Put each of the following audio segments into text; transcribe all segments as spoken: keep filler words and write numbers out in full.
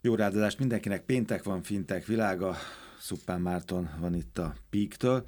Jó ráadást mindenkinek, péntek van, fintech világa, Szuppán Márton van itt a Peak-től.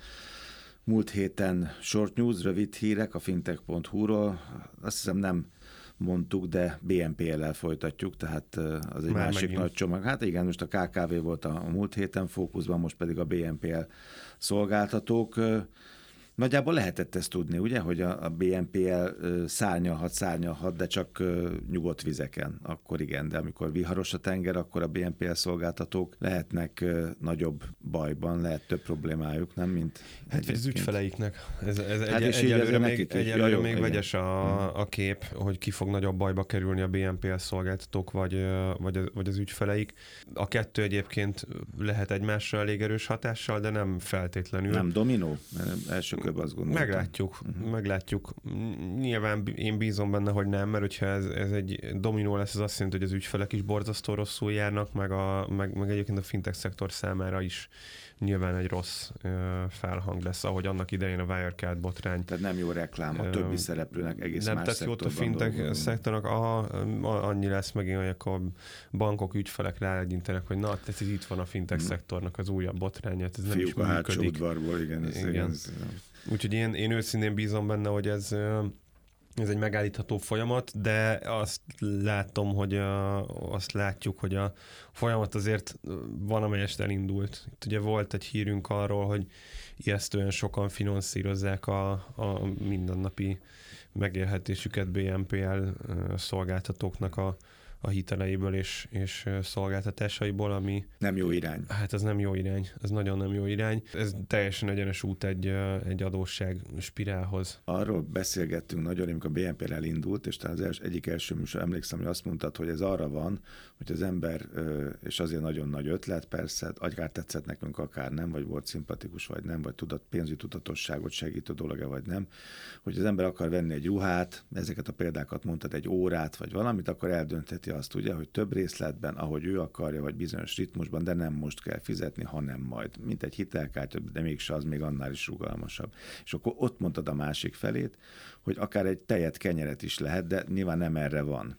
Múlt héten short news, rövid hírek a fintech pont hu-ról, azt hiszem nem mondtuk, de bé en pé el-el folytatjuk, tehát az egy Már másik megint. Nagy csomag. Hát igen, most a ká ká vé volt a, a múlt héten fókuszban, most pedig a bé en pé el szolgáltatók. Nagyjából lehetett ezt tudni, ugye, hogy a, a bé en pé el szárnyalhat, szárnyalhat, de csak nyugodt vizeken. Akkor igen, de amikor viharos a tenger, akkor a bé en pé el szolgáltatók lehetnek nagyobb bajban, lehet több problémájuk, nem, mint Hát az ügyfeleiknek. Ez, ez hát egy, egyelőre még, egyelőre ja, még jó, vegyes a, a kép, hogy ki fog nagyobb bajba kerülni a bé en pé el szolgáltatók, vagy, vagy, vagy az ügyfeleik. A kettő egyébként lehet egymásra elég erős hatással, de nem feltétlenül. Nem dominó? Első azt gondoltam. Meglátjuk, uh-huh. meglátjuk. Nyilván én bízom benne, hogy nem, mert hogyha ez, ez egy dominó lesz, az azt jelenti, hogy az ügyfelek is borzasztó rosszul járnak, meg, a, meg, meg egyébként a fintech szektor számára is nyilván egy rossz uh, felhang lesz, ahogy annak idején a Wirecard botrány. Tehát nem jó reklám, a uh, többi szereplőnek egész nem más szektorban. Nem tesz jót a fintech szektornak, a, a, annyi lesz megint, hogy akkor bankok, ügyfelek rálegyintenek, hogy na, ez itt van a fintech uh-huh. szektornak az újabb botránya, ez nem Fiúk is a hátsó udvarból, igen. Ez igen. igen ez, Úgyhogy én, én őszintén bízom benne, hogy ez, ez egy megállítható folyamat, de azt látom, hogy a, azt látjuk, hogy a folyamat azért van, amelyest elindult. Itt ugye volt egy hírünk arról, hogy ijesztően sokan finanszírozzák a, a mindennapi megélhetésüket bé en pé el szolgáltatóknak a a hiteleiből és, és szolgáltatásaiból, ami... Nem jó irány. Hát ez nem jó irány, ez nagyon nem jó irány. Ez teljesen egyenes út egy, egy adósság spirálhoz. Arról beszélgettünk nagyon, amikor a bé en pé el elindult, és talán az els, egyik első műsor emlékszem, hogy azt mondtad, hogy ez arra van, hogy az ember, és azért nagyon nagy ötlet, persze, akár tetszett nekünk, akár nem, vagy volt szimpatikus, vagy nem, vagy tudat, pénzügyi tudatosságot segítő dolog-e, vagy nem, hogy az ember akar venni egy ruhát, ezeket a példákat mondtad, egy órát, vagy valamit, akkor eldöntheti azt ugye, hogy több részletben, ahogy ő akarja, vagy bizonyos ritmusban, de nem most kell fizetni, hanem majd. Mint egy hitelkártya, de mégse az még annál is rugalmasabb. És akkor ott mondtad a másik felét, hogy akár egy tejet, kenyeret is lehet, de nyilván nem erre van.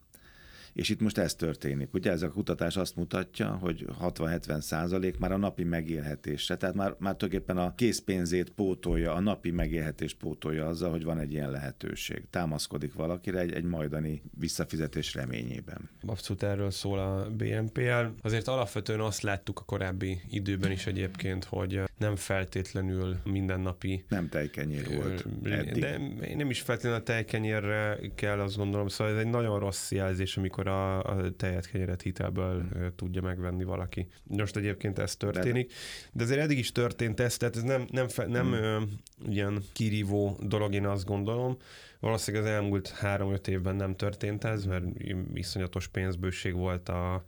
És itt most ez történik. Ugye ez a kutatás azt mutatja, hogy hatvan-hetven százalék már a napi megélhetésre, tehát már, már tulajdonképpen a készpénzét pótolja, a napi megélhetést pótolja azzal, hogy van egy ilyen lehetőség. Támaszkodik valakire egy, egy majdani visszafizetés reményében. Abszolút erről szól a bé en pé el. Azért alapvetően azt láttuk a korábbi időben is egyébként, hogy nem feltétlenül mindennapi... Nem tejkenyér volt eddig. De nem is feltétlenül a tejkenyérre kell, azt gondolom, szóval ez egy nagyon rossz jelzés, amikor a, a tejet, kenyeret hitelből hmm. tudja megvenni valaki. Most egyébként ez történik, de azért eddig is történt ez, tehát ez nem, nem, fe, nem hmm. ö, ilyen kirívó dolog, én azt gondolom. Valószínűleg az elmúlt három-öt évben nem történt ez, mert iszonyatos pénzbőség volt a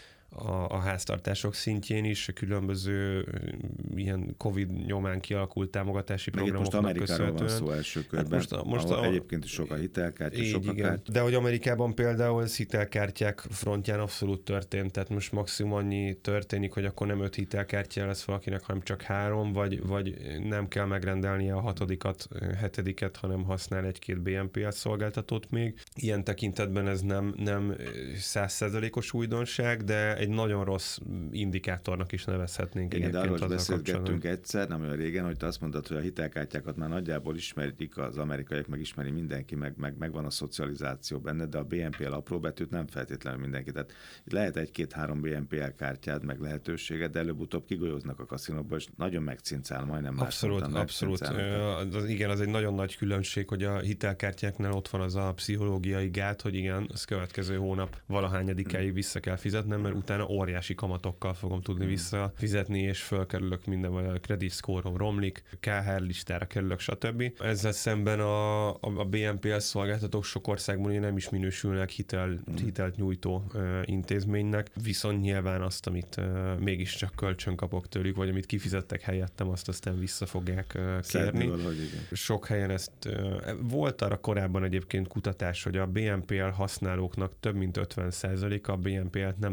A, a háztartások szintjén is, a különböző ilyen Covid nyomán kialakult támogatási meg programoknak most Amerikáról van szó első körben, hát most a, most a, egyébként is sok a hitelkártya, sok a kártya. De hogy Amerikában például ez hitelkártyák frontján abszolút történt, tehát most maximum annyi történik, hogy akkor nem öt hitelkártya lesz valakinek, hanem csak három, vagy, vagy nem kell megrendelnie a hatodikat, hetediket, hanem használ egy-két bé en pé el szolgáltatót még. Ilyen tekintetben ez nem, nem száz százalékos újdonság, de egy nagyon rossz indikátornak is nevezhetnénk. Igen, de arról beszélgettünk egyszer, nem olyan régen, hogy te azt mondtad, hogy a hitelkártyákat már nagyjából ismerik, az amerikaiak megismeri mindenki, meg, meg, meg van a szocializáció benne, de a bé en pé el apróbetűt nem feltétlenül mindenki. Tehát lehet egy-két-három bé en pé el kártyád, meg lehetőséged, de előbb-utóbb kigolyóznak a kaszinóból, és nagyon megcincál, majdnem már. Abszolút, abszolút. Az, igen, az egy nagyon nagy különbség, hogy a hitelkártyáknál ott van az a pszichológiai gát, hogy igen, az következő hónap valahányadikáig vissza kell fizetnem, mert utána óriási kamatokkal fogom tudni visszafizetni, és fölkerülök minden, vagy a credit score-om romlik, ká há er listára kerülök, stb. Ezzel szemben a, a, a bé en pé el szolgáltatók sok országban nem is minősülnek hitel, hitelt nyújtó uh, intézménynek, viszont nyilván azt, amit uh, mégiscsak kölcsön kapok tőlük, vagy amit kifizettek helyettem, azt aztán vissza fogják uh, kérni. Valahogy, igen. Sok helyen ezt uh, volt arra korábban egyébként kutatás, hogy a bé en pé el használóknak több mint ötven százaléka a bé en pé el-t nem tekinti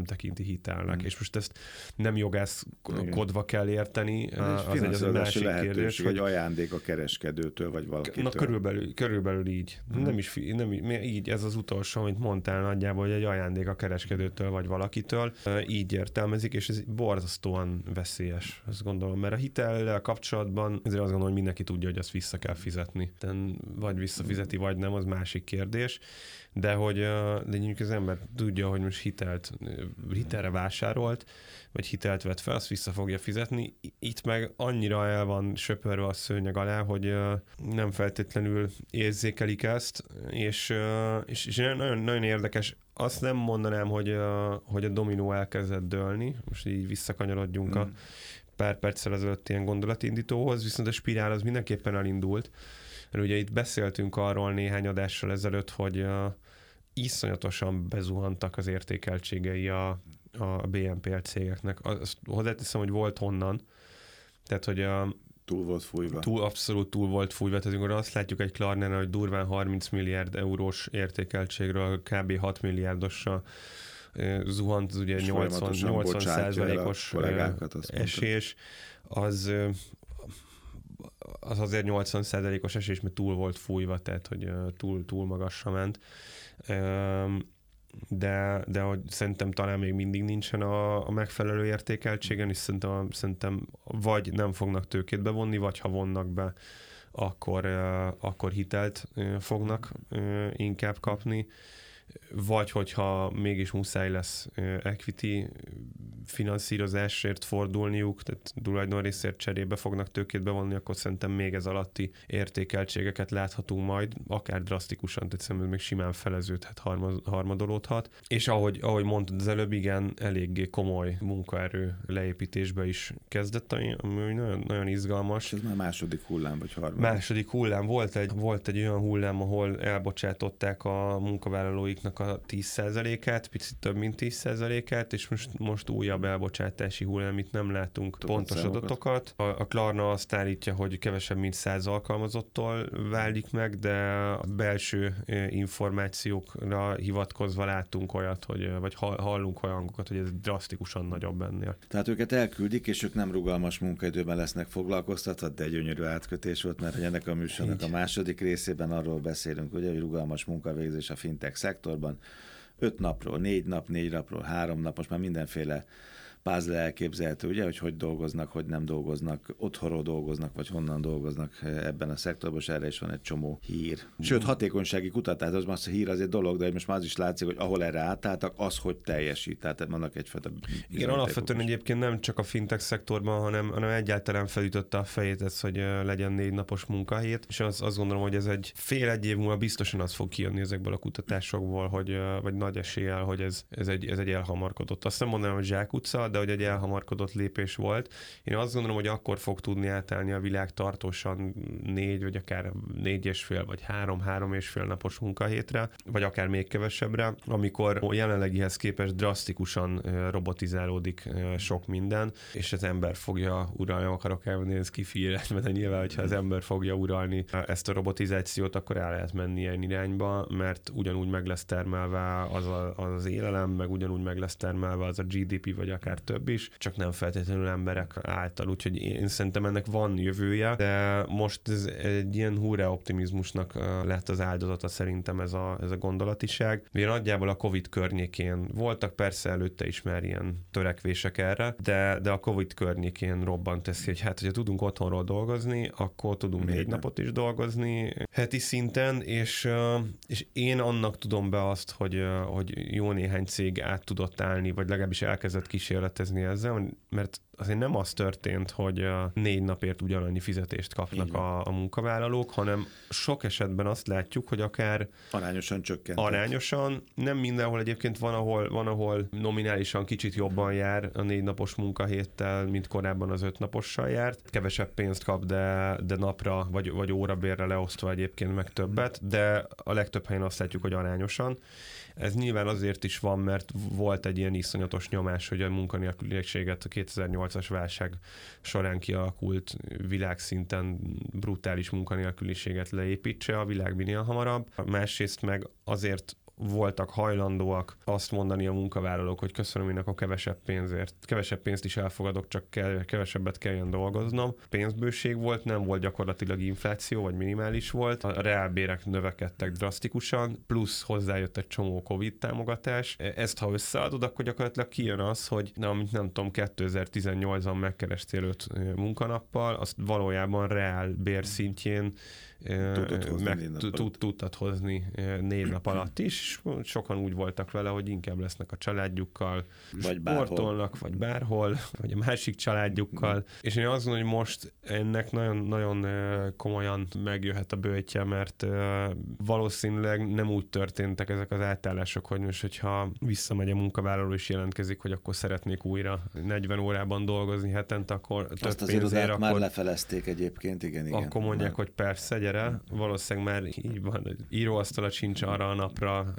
hitelnek. Mm. És most ezt nem jogászkodva kell érteni, ez az egy, az egy másik kérdés. Hogy ajándék a kereskedőtől, vagy valakitől. Na körülbelül, körülbelül így. Mm. Nem is nem, így, ez az utolsó, amit mondtál nagyjából, hogy egy ajándék a kereskedőtől, vagy valakitől. Így értelmezik, és ez borzasztóan veszélyes, azt gondolom, mert a hitellel kapcsolatban azért azt gondolom, hogy mindenki tudja, hogy azt vissza kell fizetni. De vagy visszafizeti, vagy nem, az másik kérdés. De hogy de mondjuk az ember tudja, hogy most hitelt, hitelre vásárolt, vagy hitelt vett fel, azt vissza fogja fizetni. Itt meg annyira el van söpörve a szőnyeg alá, hogy nem feltétlenül érzékelik ezt, és, és, és nagyon, nagyon érdekes. Azt nem mondanám, hogy a, hogy a dominó elkezdett dőlni, most így visszakanyarodjunk mm. a pár perccel ezelőtt ilyen gondolatindítóhoz, viszont a spirál az mindenképpen elindult. Mert ugye itt beszéltünk arról néhány adással ezelőtt, hogy uh, iszonyatosan bezuhantak az értékeltségei a, a bé en pé el cégeknek. Azt hozzáteszem, hogy volt honnan. Tehát, hogy a, túl volt fújva. Túl, abszolút túl volt fújva. Tehát amikor azt látjuk egy Klarnán, hogy durván harminc milliárd eurós értékeltségről kb. hat milliárdosra uh, zuhant, az ugye nyolcvan százalékos esés, az... Uh, az azért nyolcvan százalékos esés, mert túl volt fújva, tehát hogy túl, túl magasra ment. De, de hogy szerintem talán még mindig nincsen a, a megfelelő értékeltségen, és szerintem, szerintem vagy nem fognak tőkét bevonni, vagy ha vonnak be, akkor, akkor hitelt fognak inkább kapni. Vagy hogyha mégis muszáj lesz equity finanszírozásért fordulniuk, tehát tulajdonrészért cserébe fognak tőkét bevonni, akkor szerintem még ez alatti értékeltségeket láthatunk majd, akár drasztikusan, tehát szerintem még simán feleződhet, harmadolódhat. És ahogy, ahogy mondtad az előbb, igen, eléggé komoly munkaerő leépítésbe is kezdett, ami nagyon, nagyon izgalmas. Ez már második hullám, vagy harmadik? Második hullám. Volt egy, volt egy olyan hullám, ahol elbocsátották a munkavállalóik a tíz százalékát, picit több mint tíz százalékát, és most, most újabb elbocsátási hullám, amit nem látunk Tudod pontos számokat. adatokat. A, a Klarna azt állítja, hogy kevesebb mint száz alkalmazottól válik meg, de a belső információkra hivatkozva látunk olyat, hogy, vagy hallunk olyan hangokat, hogy ez drasztikusan nagyobb ennél. Tehát őket elküldik, és ők nem rugalmas munkaidőben lesznek foglalkoztatva, de gyönyörű átkötés volt, mert ennek a műsornak a második részében arról beszélünk, ugye, hogy rugalmas munkavégzés a fintech szektorban. Öt napról, négy nap, négy napról, három nap, most már mindenféle puzzle elképzelhető, ugye, hogy hogy dolgoznak, hogy nem dolgoznak, otthonról dolgoznak, vagy honnan dolgoznak ebben a szektorban, és erre is van egy csomó hír. Sőt, hatékonysági kutatás, az most a hír az egy dolog, de most már az is látszik, hogy ahol erre átálltak, az hogy teljesít. Tehát vannak egyfajta... Igen, alapvetően egyébként nem csak a fintech szektorban, hanem, hanem egyáltalán felütötte a fejét ez, hogy legyen négy napos munkahét, és az, azt gondolom, hogy ez egy fél egy év múlva biztosan az fog kijönni ezekből a kutatásokból, hogy, vagy nagy eséllyel, hogy ez, ez, egy, ez egy elhamarkodott. Azt nem mondanám, hogy zsákutca, de hogy egy elhamarkodott lépés volt. Én azt gondolom, hogy akkor fog tudni átállni a világ tartósan négy, vagy akár négy és fél, vagy három, három és fél napos munkahétre, vagy akár még kevesebbre, amikor a jelenlegihez képest drasztikusan robotizálódik sok minden, és az ember fogja uralni, akarok elmenni, ez kifíjélet, mert nyilván, hogyha az ember fogja uralni ezt a robotizációt, akkor el lehet menni ilyen irányba, mert ugyanúgy meg lesz termelve az a, az élelem, meg ugyanúgy meg lesz termelve az a gé dé pé, vagy akár több is, csak nem feltétlenül emberek által, úgyhogy én szerintem ennek van jövője, de most ez egy ilyen hurrá optimizmusnak lett az áldozata szerintem ez a, ez a gondolatiság. Ugye nagyjából a Covid környékén voltak persze előtte is már ilyen törekvések erre, de, de a Covid környékén robbant teszi, hogy hát, hogyha tudunk otthonról dolgozni, akkor tudunk négy napot is dolgozni heti szinten, és, és én annak tudom be azt, hogy, hogy jó néhány cég át tudott állni, vagy legalábbis elkezdett kísérletezni ezzel, mert azért nem az történt, hogy négy napért ugyanannyi fizetést kapnak a, a munkavállalók, hanem sok esetben azt látjuk, hogy akár arányosan csökkent. Arányosan, nem mindenhol egyébként van, ahol, van, ahol nominálisan kicsit jobban jár a négy napos munkahéttel, mint korábban az öt napossal járt. Kevesebb pénzt kap, de, de napra vagy, vagy órabérre leosztva egyébként meg többet, de a legtöbb helyen azt látjuk, hogy arányosan. Ez nyilván azért is van, mert volt egy ilyen iszonyatos nyomás, hogy a munkanélküliséget a kétezer-nyolcas válság során kialakult világszinten brutális munkanélküliséget leépítse a világ minél hamarabb. Másrészt meg azért voltak hajlandóak azt mondani a munkavállalók, hogy köszönöm, én akkor kevesebb pénzért, kevesebb pénzt is elfogadok, csak kell, kevesebbet kelljen dolgoznom. Pénzbőség volt, nem volt gyakorlatilag infláció, vagy minimális volt. A reálbérek növekedtek drasztikusan, plusz hozzájött egy csomó Covid támogatás. Ezt ha összeadod, akkor gyakorlatilag kijön az, hogy na, amit nem tudom, kétezer-tizennyolcban megkerestél öt munkanappal, azt valójában reál bérszintjén meg tudtad hozni négy nap alatt is. Sokan úgy voltak vele, hogy inkább lesznek a családjukkal, vagy sportolnak, vagy bárhol, vagy a másik családjukkal. És én azt gondolom, hogy most ennek nagyon, nagyon komolyan megjöhet a bőtje, mert valószínűleg nem úgy történtek ezek az átállások, hogy most, hogyha visszamegy a munkavállaló és jelentkezik, hogy akkor szeretnék újra negyven órában dolgozni hetente, akkor több azt pénzért, akkor... már lefelezték egyébként, igen, igen. Akkor mondják, hogy persze, gyere, valószínűleg már így van, íróasztala sincs arra a napra,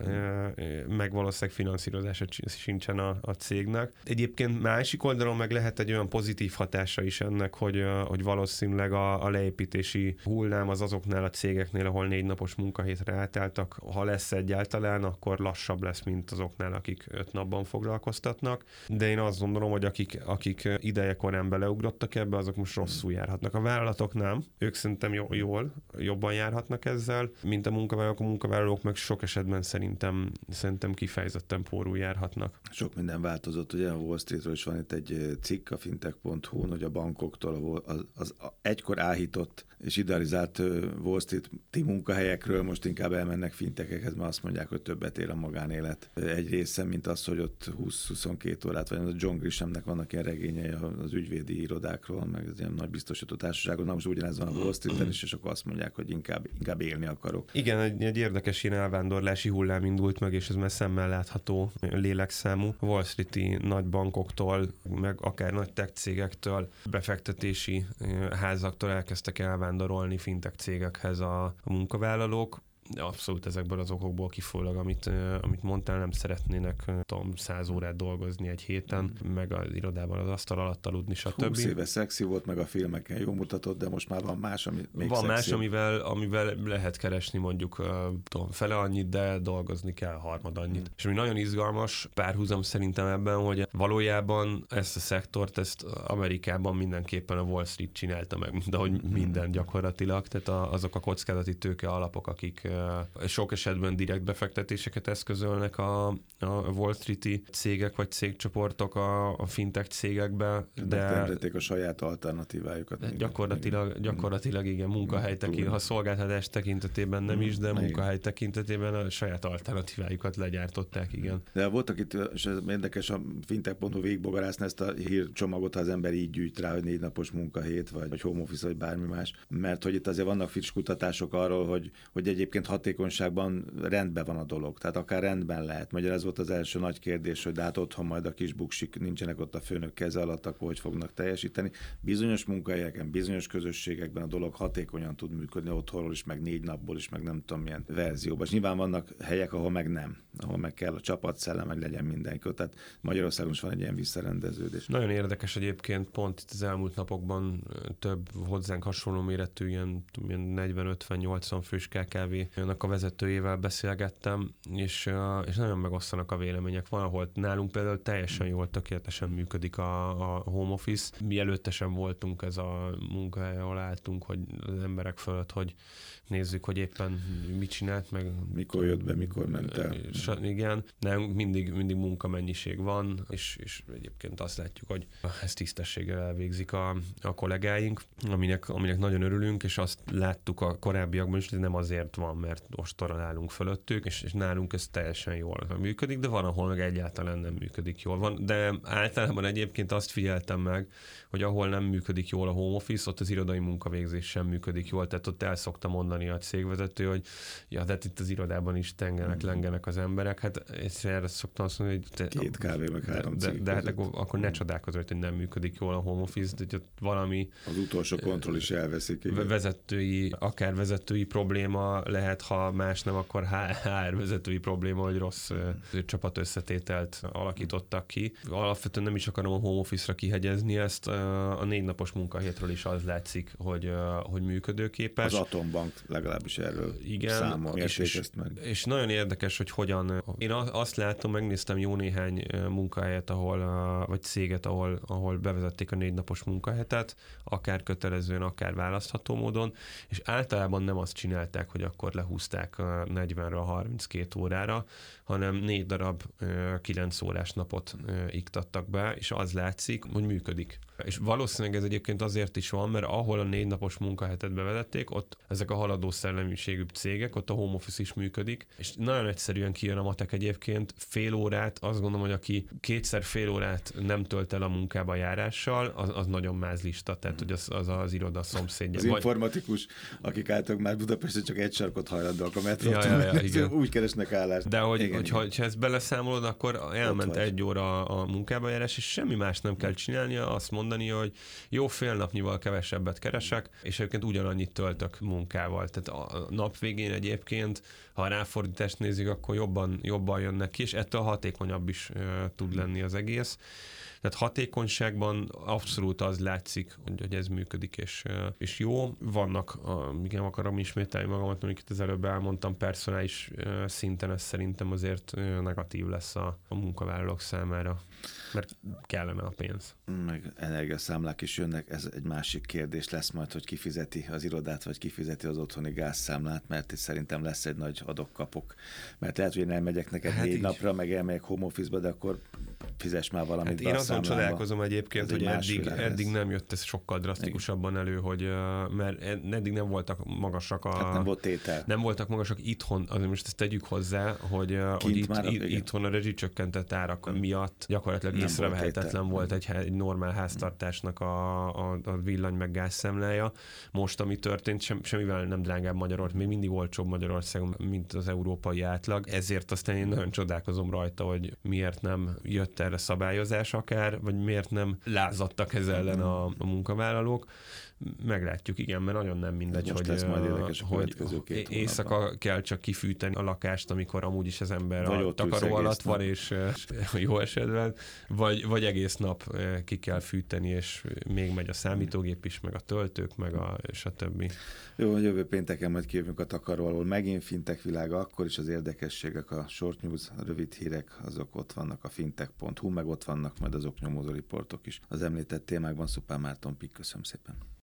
meg valószínűleg finanszírozása sincsen a, a cégnek. Egyébként másik oldalon meg lehet egy olyan pozitív hatása is ennek, hogy, hogy valószínűleg a, a leépítési hullám az azoknál a cégeknél, ahol négy napos munkahétre átálltak, ha lesz egyáltalán, akkor lassabb lesz, mint azoknál, akik öt napban foglalkoztatnak. De én azt gondolom, hogy akik, akik idejekorán beleugrottak ebbe, azok most rosszul járhatnak. A vállalatok nem, ők szerintem jól, jobban járhatnak ezzel, mint a munkavállalók, a munkavállalók meg sok esetben szerintem, szerintem kifejezetten pórul járhatnak. Sok minden változott, ugye a Wall Streetről is van itt egy cikk a fintech pont hu-n, hogy a bankoktól az, az egykor áhított és idealizált Wall Street-i munkahelyekről most inkább elmennek fintekekhez, mert azt mondják, hogy többet ér a magánélet egy része, mint az, hogy ott húsz-huszonkettő órát, vagy a John Grishamnek vannak ilyen regényei az ügyvédi irodákról, meg az ilyen nagy biztosító társaságon, na most ugyanez van a Wall Street-en is, és akkor azt mondják, hogy inkább, inkább élni akarok. Igen, egy, egy érdekes ilyen elvándorlási hullám indult meg, és ez már szemmel látható lélekszámú. Wall Street-i nagy bankoktól, meg akár nagy tech cégektől, befektetési házaktól elkezdtek elvándorolni fintech cégekhez a, a munkavállalók. Abszolút ezekből az okokból kifolyólag, amit, amit mondtál, nem szeretnének tudom, száz órát dolgozni egy héten, meg az irodában az asztal alatt aludni, stb. húsz éve szexi volt, meg a filmeken jó mutatott, de most már van más, ami még Van szexi. más, amivel, amivel lehet keresni mondjuk tudom, fele annyit, de dolgozni kell harmad annyit. Hmm. És ami nagyon izgalmas párhuzam szerintem ebben, hogy valójában ezt a szektort, ezt Amerikában mindenképpen a Wall Street csinálta meg, de hogy minden gyakorlatilag, tehát azok a kockázati tőke alapok, akik sok esetben direkt befektetéseket eszközölnek a, a Wall Street-i cégek vagy cégcsoportok a, a fintech cégekbe, de... Megteremtették a saját alternatívájukat. Gyakorlatilag, gyakorlatilag igen, munkahely tekintetében, ha szolgáltatás tekintetében nem is, de munkahely tekintetében a saját alternatívájukat legyártották, igen. De voltak itt, és ez érdekes, a fintech pont hu végigbogarászni ezt a hírcsomagot, ha az ember így gyűjt rá, hogy négy napos munkahét, vagy, vagy home office, vagy bármi más. Mert hogy itt azért vannak friss kutatások arról, hogy, hogy egyébként hatékonyságban rendben van a dolog. Tehát akár rendben lehet. Magyar ez volt az első nagy kérdés, hogy de hát otthon majd a kis buksik nincsenek ott a főnök keze alatt, akkor hogy fognak teljesíteni. Bizonyos munkahelyeken, bizonyos közösségekben a dolog hatékonyan tud működni otthonról is, meg négy napból is, meg nem tudom milyen verzióban. És nyilván vannak helyek, ahol meg nem. Ahol meg kell a csapatszellem, meg legyen mindenki. Tehát Magyarországon is van egy ilyen visszarendeződés. Nagyon érdekes egyébként, pont itt az elmúlt napokban több hozzánk hasonló méretű, ilyen, ilyen negyven-ötven-nyolcvan fős ká ká vé-nek a vezetőjével beszélgettem, és, és nagyon megosztanak a vélemények. Van, ahol nálunk például teljesen jól, tökéletesen működik a, a home office. Mi előttesen voltunk ez a munkahely, ahol álltunk, hogy az emberek fölött, hogy nézzük, hogy éppen mit csinált, meg... Mikor jött be, mikor ment el. Igen, nem, mindig, mindig munkamennyiség van, és, és egyébként azt látjuk, hogy ezt tisztességgel elvégzik a, a kollégáink, aminek, aminek nagyon örülünk, és azt láttuk a korábbiakban is, hogy nem azért van, mert ostoron állunk fölöttük, és, és nálunk ez teljesen jól működik, de van, ahol meg egyáltalán nem működik jól. Van, de általában egyébként azt figyeltem meg, hogy ahol nem működik jól a home office, ott az irodai munkavégzés sem működik jól, tehát ott el szokta mondani a cégvezető, hogy ja, de itt az irodában is tengenek, lengenek az emberek. Hát erre szoktam azt mondani, hogy... Te, Két kávé, meg három de, de, de hát akkor, akkor ne csodálkozz, hogy nem működik jól a home office, de hogy valami... Az utolsó kontroll is elveszik. Igen. Vezetői, akár vezetői probléma lehet, lehet, ha más nem, akkor há er vezetői probléma, hogy rossz uh, csapat összetételt alakítottak ki. Alapvetően nem is akarom a home office-ra kihegyezni ezt, uh, a négy napos munkahétről is az látszik, hogy, uh, hogy működőképes. Az Atombank legalábbis erről igen, számol, és, és, meg. és nagyon érdekes, hogy hogyan. Én azt látom, megnéztem jó néhány munkahelyet, ahol, vagy céget, ahol, ahol bevezették a négy napos munkahetet, akár kötelezően, akár választható módon, és általában nem azt csinálták, hogy akkor lehúzták negyvenről harminckét órára, hanem négy darab kilenc órás napot iktattak be, és az látszik, hogy működik. És valószínűleg ez egyébként azért is van, mert ahol a négy napos munkahetet bevezették, ott ezek a haladó szellemiségű cégek, ott a home office is működik, és nagyon egyszerűen kijön a matek egyébként, fél órát, azt gondolom, hogy aki kétszer fél órát nem tölt el a munkába járással, az, az nagyon mázlista, tehát hogy az az, az iroda szomszédja. Az vagy... informatikus, akik álltak már Budapesten csak egy sarkot hajlandóak a metrótól, ja, ja, ja, úgy keresnek állást. De hogy, igen, hogyha, hogyha ezt beleszámolod, akkor elment egy óra a munkába járás, és semmi más nem kell csinálnia, azt mondani, hogy jó, fél napnyival kevesebbet keresek, és egyébként ugyanannyit töltök munkával. Tehát a nap végén egyébként, ha a ráfordítást nézik, akkor jobban, jobban jönnek ki, és ettől hatékonyabb is uh, tud lenni az egész. Tehát hatékonyságban abszolút az látszik, hogy, hogy ez működik, és, és jó. Vannak, a, igen, akarom ismételni magamat, amiket az előbb elmondtam, personális szinten ez szerintem azért negatív lesz a, a munkavállalók számára, mert kellene a pénz. Meg energiaszámlák is jönnek, ez egy másik kérdés lesz majd, hogy kifizeti az irodát, vagy kifizeti az otthoni gázszámlát, mert itt szerintem lesz egy nagy adok-kapok. Mert lehet, hogy én elmegyek neked hát négy így. napra, meg elmegyek home office-ba, de akkor fizess már valamit hát be én a azon csodálkozom egyébként, hogy eddig, eddig nem jött ez sokkal drasztikusabban elő, hogy, mert eddig nem voltak magasak a... Hát nem volt tétel. Nem voltak magasak itthon, azért most ezt tegyük hozzá, hogy, hogy itt, már, itt, itthon a rezsicsökkentett árak hmm. miatt gyakorlatilag nem észrevehetetlen volt, volt egy, egy normál háztartásnak a, a, a villany meg gázszámlája. Most, ami történt, sem, semmivel nem drágább Magyarország, még mindig olcsóbb Magyarországon, mint az európai átlag. Ezért aztán én nagyon csodálkozom rajta, hogy miért nem jött erre szabályozás akár, vagy miért nem lázadtak ez ellen a, a munkavállalók. Meglátjuk, igen, mert nagyon nem mindegy, most hogy, érdekes, hogy éjszaka kell csak kifűteni a lakást, amikor amúgy is az ember vagy a takaró alatt van, és jó esetben, vagy, vagy egész nap ki kell fűteni, és még megy a számítógép is, meg a töltők, meg a stb. Jó, jövő pénteken majd kijövünk a takaró alól. Megint fintech világa, akkor is az érdekességek, a short news, a rövid hírek, azok ott vannak a fintech pont hu, meg ott vannak majd azok nyomozó riportok is. Az említett témákban Szupán Márton Pik, köszönöm szépen.